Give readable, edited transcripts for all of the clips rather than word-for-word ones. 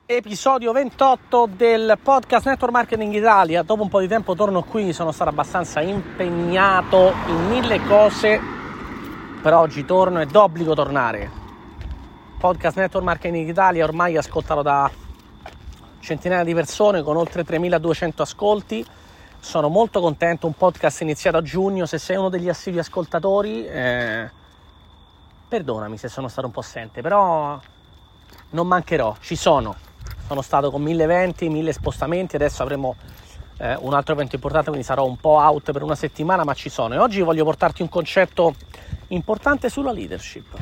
Episodio 28 del podcast Network Marketing Italia. Dopo un po' di tempo torno qui, sono stato abbastanza impegnato in mille cose, però oggi torno, è d'obbligo tornare. Podcast Network Marketing Italia ormai ascoltato da centinaia di persone con oltre 3200 ascolti. Sono molto contento, un podcast iniziato a giugno. Se sei uno degli assidui ascoltatori, perdonami se sono stato un po' assente, però non mancherò, ci sono stato con 1000 eventi, 1000 spostamenti, adesso avremo un altro evento importante, quindi sarò un po' out per una settimana, ma ci sono. E oggi voglio portarti un concetto importante sulla leadership.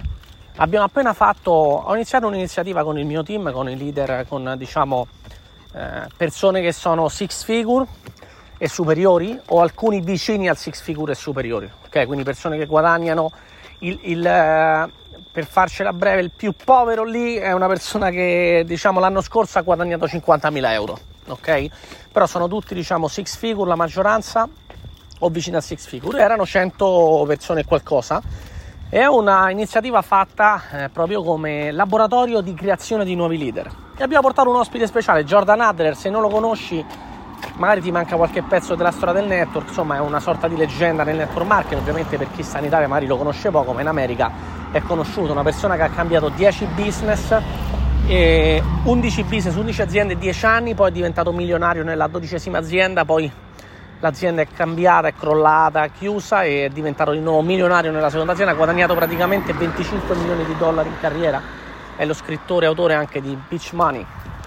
Ho iniziato un'iniziativa con il mio team, con i leader, con persone che sono six figure e superiori, o alcuni vicini al six figure e superiori, ok? Quindi persone che guadagnano per farcela breve, il più povero lì è una persona che l'anno scorso ha guadagnato 50.000 euro, ok? Però sono tutti six figure, la maggioranza, o vicino al six figure. Erano 100 persone e qualcosa. È una iniziativa fatta proprio come laboratorio di creazione di nuovi leader. E abbiamo portato un ospite speciale, Jordan Adler. Se non lo conosci, magari ti manca qualche pezzo della storia del network. Insomma, è una sorta di leggenda nel network marketing. Ovviamente per chi sta in Italia magari lo conosce poco, ma in America è conosciuto. Una persona che ha cambiato 10 business, 11 business, 11 aziende in 10 anni, poi è diventato milionario nella 12ª azienda, poi l'azienda è cambiata, è crollata, è chiusa, e è diventato di nuovo milionario nella seconda azienda. Ha guadagnato praticamente 25 milioni di dollari in carriera. È lo scrittore e autore anche di Beach Money.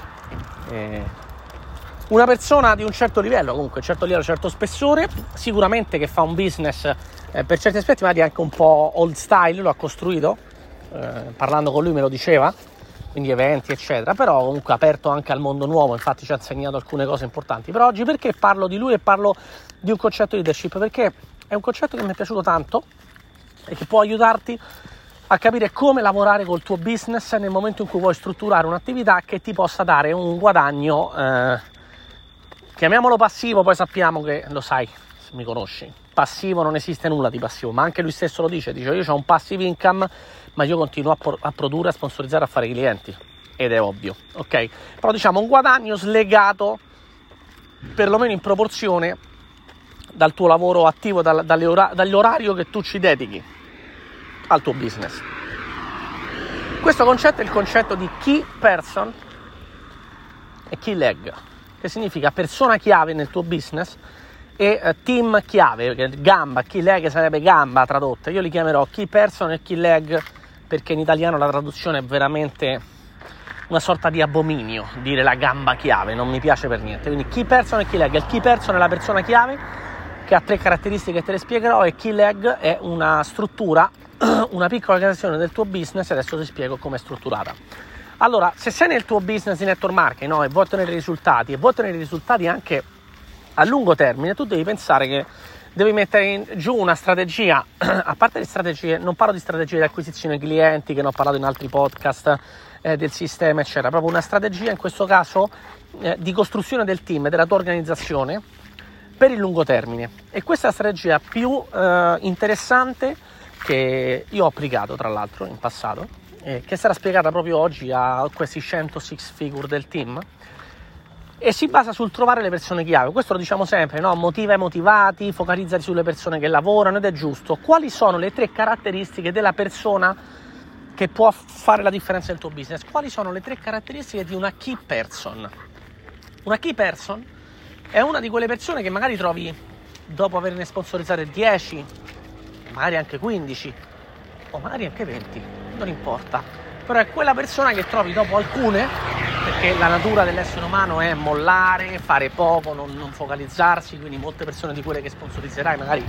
Una persona di un certo livello, comunque certo livello, certo spessore, sicuramente che fa un business per certi aspetti magari anche un po' old style, lo ha costruito, parlando con lui me lo diceva, quindi eventi eccetera, però comunque aperto anche al mondo nuovo, infatti ci ha insegnato alcune cose importanti. Però oggi perché parlo di lui e parlo di un concetto di leadership? Perché è un concetto che mi è piaciuto tanto e che può aiutarti a capire come lavorare col tuo business nel momento in cui vuoi strutturare un'attività che ti possa dare un guadagno, chiamiamolo passivo. Poi sappiamo che, lo sai, se mi conosci, passivo non esiste nulla di passivo, ma anche lui stesso lo dice io ho un passive income, ma io continuo a produrre, a sponsorizzare, a fare clienti, ed è ovvio, ok? Però un guadagno slegato perlomeno in proporzione dal tuo lavoro attivo, dall'orario che tu ci dedichi al tuo business. Questo concetto è il concetto di key person e key leg, che significa persona chiave nel tuo business e team chiave, gamba. Key leg sarebbe gamba tradotta, io li chiamerò key person e key leg perché in italiano la traduzione è veramente una sorta di abominio dire la gamba chiave, non mi piace per niente. Quindi key person e key leg. Il key person è la persona chiave che ha 3 caratteristiche, te le spiegherò, e key leg è una struttura, una piccola organizzazione del tuo business. Adesso ti spiego come è strutturata. Allora, se sei nel tuo business di network marketing, e vuoi ottenere risultati anche a lungo termine, tu devi pensare che devi mettere giù una strategia. A parte le strategie, non parlo di strategie di acquisizione clienti, che ne ho parlato in altri podcast, del sistema eccetera, proprio una strategia in questo caso di costruzione del team, della tua organizzazione per il lungo termine. E questa è la strategia più interessante che io ho applicato tra l'altro in passato, che sarà spiegata proprio oggi a questi 100 six figure del team, e si basa sul trovare le persone chiave. Questo lo diciamo sempre, no? Motiva i motivati, focalizzati sulle persone che lavorano, ed è giusto. Quali sono le 3 caratteristiche della persona che può fare la differenza nel tuo business? Quali sono le 3 caratteristiche di una key person? Una key person è una di quelle persone che magari trovi dopo averne sponsorizzate 10, magari anche 15, o magari anche 20, non importa, però è quella persona che trovi dopo alcune, perché la natura dell'essere umano è mollare, fare poco, non focalizzarsi. Quindi molte persone di quelle che sponsorizzerai magari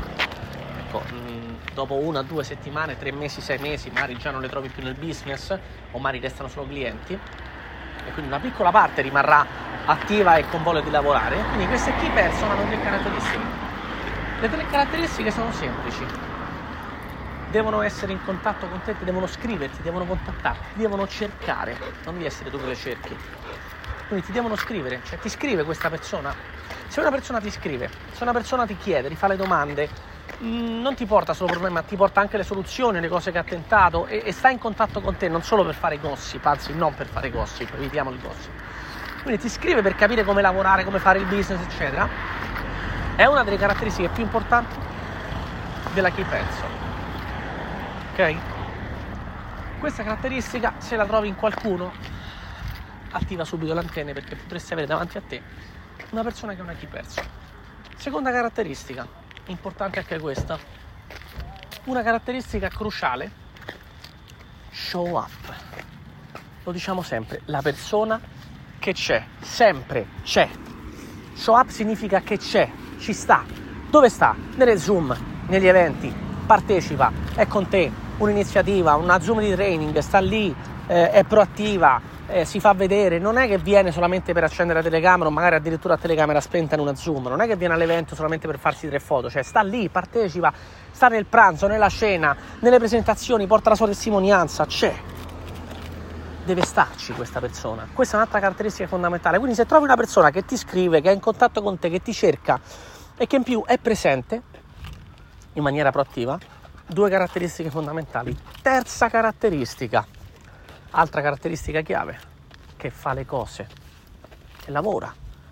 dopo 1 o 2 settimane, 3 mesi, 6 mesi magari già non le trovi più nel business, o magari restano solo clienti, e quindi una piccola parte rimarrà attiva e con voglia di lavorare. Quindi queste key person hanno 3 caratteristiche. Le 3 caratteristiche sono semplici: devono essere in contatto con te, devono scriverti, devono contattarti, ti devono cercare, non devi essere tu che le cerchi. Quindi ti devono scrivere, cioè ti scrive questa persona. Se una persona ti scrive, se una persona ti chiede, ti fa le domande, non ti porta solo problemi, ma ti porta anche le soluzioni, le cose che ha tentato e sta in contatto con te non solo per fare gossip, anzi non per fare gossip, evitiamo il gossip. Quindi ti scrive per capire come lavorare, come fare il business, eccetera. È una delle caratteristiche più importanti della key person. Ok? Questa caratteristica, se la trovi in qualcuno, attiva subito le antenne, perché potresti avere davanti a te una persona che è una key person. Seconda caratteristica, importante anche questa, una caratteristica cruciale: show up. Lo diciamo sempre, la persona che c'è, sempre c'è. Show up significa che c'è, ci sta. Dove sta? Nelle Zoom, negli eventi, partecipa, è con te, un'iniziativa, una Zoom di training, sta lì, è proattiva, si fa vedere. Non è che viene solamente per accendere la telecamera o magari addirittura la telecamera spenta in una Zoom, non è che viene all'evento solamente per farsi 3 foto, cioè sta lì, partecipa, sta nel pranzo, nella cena, nelle presentazioni, porta la sua testimonianza, c'è. Deve starci questa persona. Questa è un'altra caratteristica fondamentale. Quindi se trovi una persona che ti scrive, che è in contatto con te, che ti cerca e che in più è presente in maniera proattiva, 2 caratteristiche fondamentali. Terza caratteristica, altra caratteristica chiave, che fa le cose, che lavora.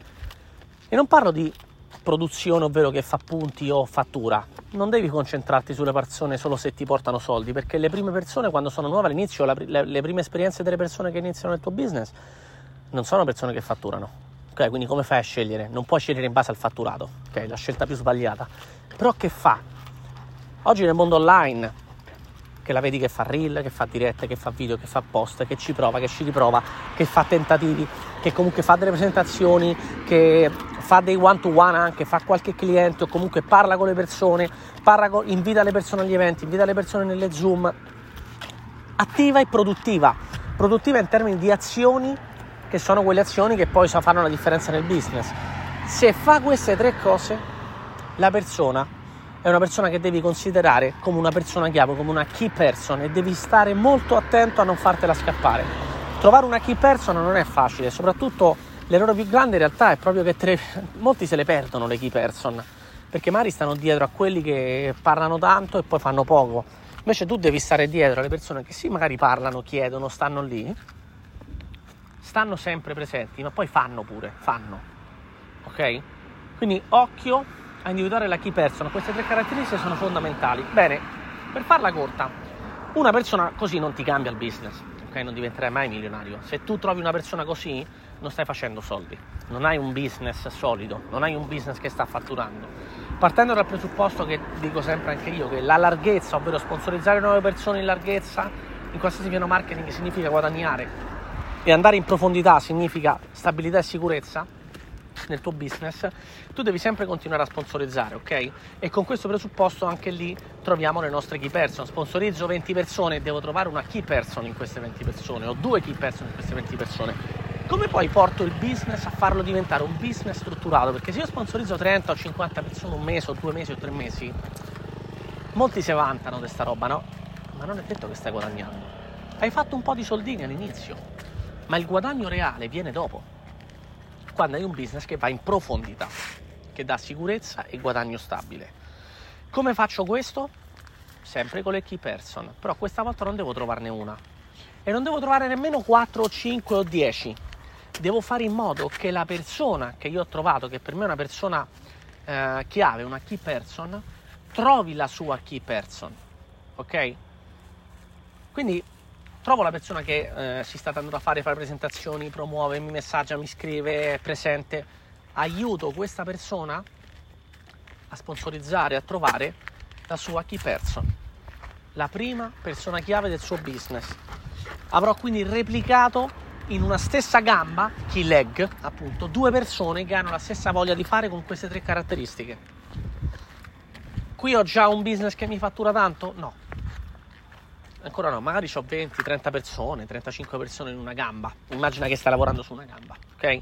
E non parlo di produzione, ovvero che fa punti o fattura. Non devi concentrarti sulle persone solo se ti portano soldi, perché le prime persone, quando sono nuove all'inizio, le prime esperienze delle persone che iniziano nel tuo business non sono persone che fatturano. Ok, quindi come fai a scegliere? Non puoi scegliere in base al fatturato, ok, la scelta più sbagliata. Però che fa? Oggi nel mondo online, che la vedi che fa reel, che fa dirette, che fa video, che fa post, che ci prova, che ci riprova, che fa tentativi, che comunque fa delle presentazioni, che fa dei one to one, anche fa qualche cliente o comunque parla con le persone, invita le persone agli eventi, invita le persone nelle Zoom, attiva e produttiva in termini di azioni, che sono quelle azioni che poi fanno la differenza nel business. Se fa queste 3 cose, la persona è una persona che devi considerare come una persona chiave, come una key person, e devi stare molto attento a non fartela scappare. Trovare una key person non è facile, soprattutto l'errore più grande in realtà è proprio che molti se le perdono le key person, perché magari stanno dietro a quelli che parlano tanto e poi fanno poco. Invece tu devi stare dietro alle persone che sì, magari parlano, chiedono, stanno lì, stanno sempre presenti, ma poi fanno. Ok? Quindi occhio a individuare la key person. Queste 3 caratteristiche sono fondamentali. Bene, per farla corta, una persona così non ti cambia il business, ok? Non diventerai mai milionario. Se tu trovi una persona così, non stai facendo soldi, non hai un business solido, non hai un business che sta fatturando. Partendo dal presupposto che dico sempre anche io, che la larghezza, ovvero sponsorizzare nuove persone in larghezza, in qualsiasi piano marketing significa guadagnare, e andare in profondità significa stabilità e sicurezza nel tuo business, tu devi sempre continuare a sponsorizzare, ok? E con questo presupposto anche lì troviamo le nostre key person. Sponsorizzo 20 persone e devo trovare una key person in queste 20 persone, o 2 key person in queste 20 persone. Come poi porto il business a farlo diventare un business strutturato? Perché se io sponsorizzo 30 o 50 persone un mese o 2 mesi o 3 mesi, molti si vantano di sta roba, no? Ma non è detto che stai guadagnando. Hai fatto un po' di soldini all'inizio, ma il guadagno reale viene dopo, quando hai un business che va in profondità, che dà sicurezza e guadagno stabile. Come faccio questo? Sempre con le key person, però questa volta non devo trovarne una e non devo trovare nemmeno 4 o 5 o 10. Devo fare in modo che la persona che io ho trovato, che per me è una persona chiave, una key person, trovi la sua key person, ok? Quindi trovo la persona che si sta andando a fare presentazioni, promuove, mi messaggia, mi scrive, è presente. Aiuto questa persona a sponsorizzare, a trovare la sua key person, la prima persona chiave del suo business. Avrò quindi replicato in una stessa gamba, key leg, appunto, 2 persone che hanno la stessa voglia di fare con queste 3 caratteristiche. Qui ho già un business che mi fattura tanto? No. Ancora no, magari ho 20, 30 persone, 35 persone in una gamba. Immagina che stai lavorando su una gamba, ok?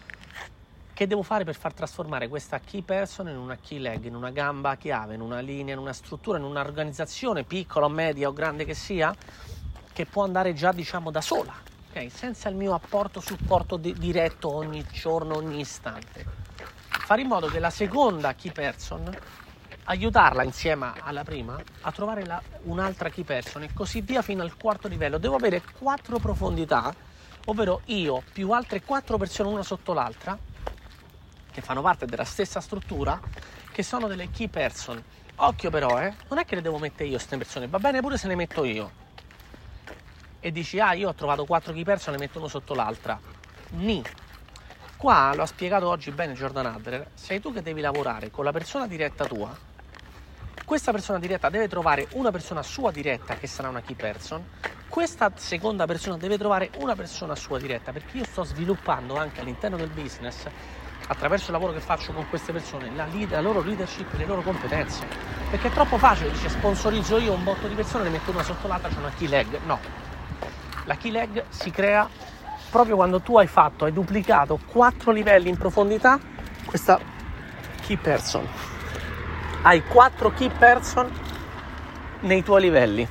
Che devo fare per far trasformare questa key person in una key leg, in una gamba chiave, in una linea, in una struttura, in un'organizzazione piccola o media o grande che sia, che può andare già, diciamo, da sola, ok? Senza il mio apporto, supporto diretto ogni giorno, ogni istante. Fare in modo che la seconda key person aiutarla insieme alla prima a trovare un'altra key person e così via fino al quarto livello. Devo avere 4 profondità, ovvero io più altre 4 persone una sotto l'altra che fanno parte della stessa struttura, che sono delle key person. Occhio però, non è che le devo mettere io queste persone, va bene pure se ne metto io. E dici, io ho trovato 4 key person, le metto uno sotto l'altra. Qua lo ha spiegato oggi bene Jordan Adler, sei tu che devi lavorare con la persona diretta tua. Questa persona diretta deve trovare una persona sua diretta che sarà una key person. Questa seconda persona deve trovare una persona sua diretta, perché io sto sviluppando anche all'interno del business, attraverso il lavoro che faccio con queste persone, la loro leadership e le loro competenze. Perché è troppo facile, dice sponsorizzo io un botto di persone, le metto una sotto l'altra, c'è una key leg. No, la key leg si crea proprio quando tu hai duplicato 4 livelli in profondità questa key person. Hai 4 key person nei tuoi livelli,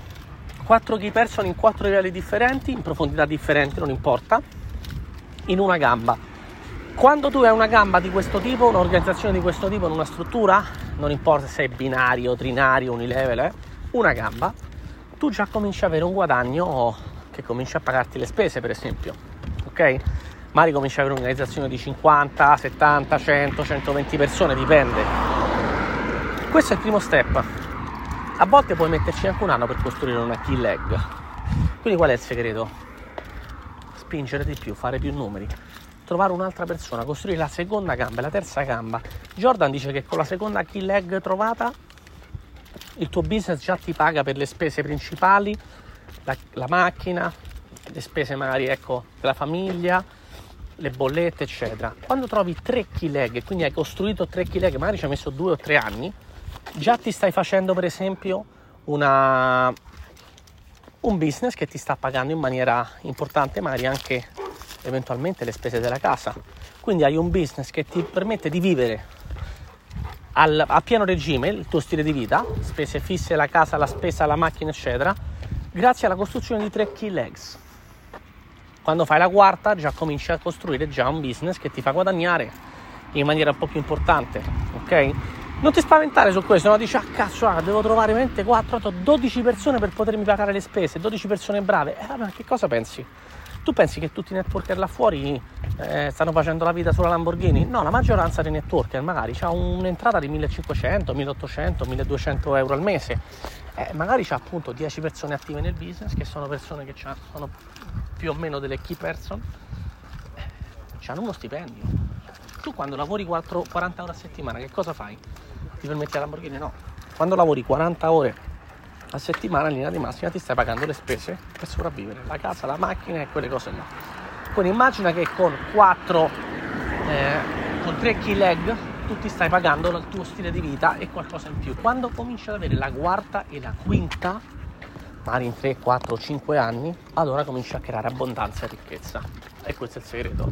4 key person in 4 livelli differenti, in profondità differenti, non importa, in una gamba. Quando tu hai una gamba di questo tipo, un'organizzazione di questo tipo in una struttura, non importa se è binario, trinario, unilevel, una gamba, tu già cominci ad avere un guadagno che comincia a pagarti le spese, per esempio, ok? Magari cominci ad avere un'organizzazione di 50, 70, 100, 120 persone, dipende. Questo è il primo step. A volte puoi metterci anche un anno per costruire una key leg. Quindi qual è il segreto? Spingere di più, fare più numeri, trovare un'altra persona, costruire la seconda gamba e la terza gamba. Jordan dice che con la seconda key leg trovata il tuo business già ti paga per le spese principali, la macchina, le spese magari della famiglia, le bollette eccetera. Quando trovi 3 key leg, quindi hai costruito 3 key leg, magari ci hai messo 2 o 3 anni, già ti stai facendo per esempio un business che ti sta pagando in maniera importante, magari anche eventualmente le spese della casa. Quindi hai un business che ti permette di vivere a pieno regime il tuo stile di vita, spese fisse, la casa, la spesa, la macchina eccetera, grazie alla costruzione di 3 key legs. Quando fai la quarta già cominci a costruire già un business che ti fa guadagnare in maniera un po' più importante, ok? Non ti spaventare su questo, no? Dici, cazzo, devo trovare 24, 12 persone per potermi pagare le spese, 12 persone brave. Ma che cosa pensi? Tu pensi che tutti i networker là fuori stanno facendo la vita sulla Lamborghini? No, la maggioranza dei networker magari ha un'entrata di 1500, 1800, 1200 euro al mese. Magari c'ha appunto 10 persone attive nel business, che sono persone che sono più o meno delle key person, hanno uno stipendio. Tu quando lavori 40 ore a settimana che cosa fai? Ti permetti la Lamborghini? No. Quando lavori 40 ore a settimana in linea di massima ti stai pagando le spese per sopravvivere, la casa, la macchina e quelle cose là. Quindi immagina che con 3 key leg tu ti stai pagando il tuo stile di vita e qualcosa in più. Quando cominci ad avere la quarta e la quinta, magari in 3, 4, 5 anni, allora cominci a creare abbondanza e ricchezza. E questo è il segreto.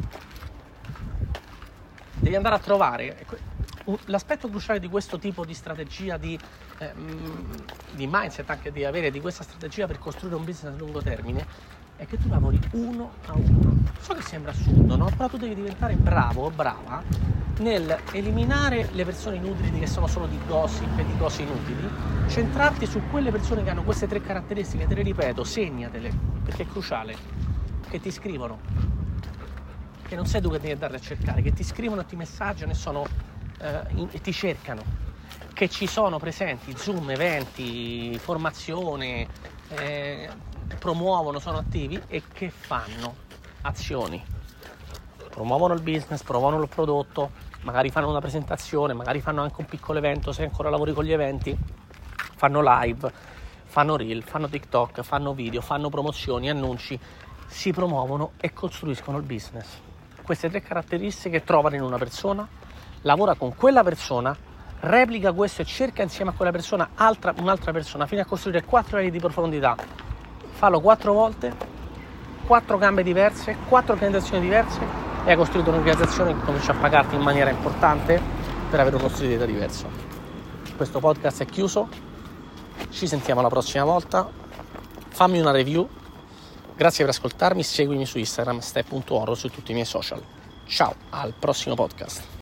Devi andare a trovare l'aspetto cruciale di questo tipo di strategia, di mindset, anche di avere di questa strategia per costruire un business a lungo termine, è che tu lavori uno a uno. So che sembra assurdo, no? Però tu devi diventare bravo o brava nel eliminare le persone inutili che sono solo di gossip e di cose inutili, centrarti su quelle persone che hanno queste 3 caratteristiche. Te le ripeto, segnatele, perché è cruciale, che ti scrivono, che non sei tu che devi andarle a cercare, che ti scrivono e ti messaggiano e ti cercano, che ci sono presenti, Zoom, eventi, formazione, promuovono, sono attivi e che fanno azioni, promuovono il business, promuovono il prodotto, magari fanno una presentazione, magari fanno anche un piccolo evento se ancora lavori con gli eventi, fanno live, fanno reel, fanno TikTok, fanno video, fanno promozioni, annunci, si promuovono e costruiscono il business. Queste 3 caratteristiche trovano in una persona, lavora con quella persona, replica questo e cerca insieme a quella persona un'altra persona fino a costruire 4 livelli di profondità. Fallo 4 volte, 4 gambe diverse, 4 organizzazioni diverse e hai costruito un'organizzazione che comincia a pagarti in maniera importante per avere uno stile di vita diverso. Questo podcast è chiuso, ci sentiamo la prossima volta, fammi una review, grazie per ascoltarmi, seguimi su Instagram step.oro, su tutti i miei social. Ciao, al prossimo podcast.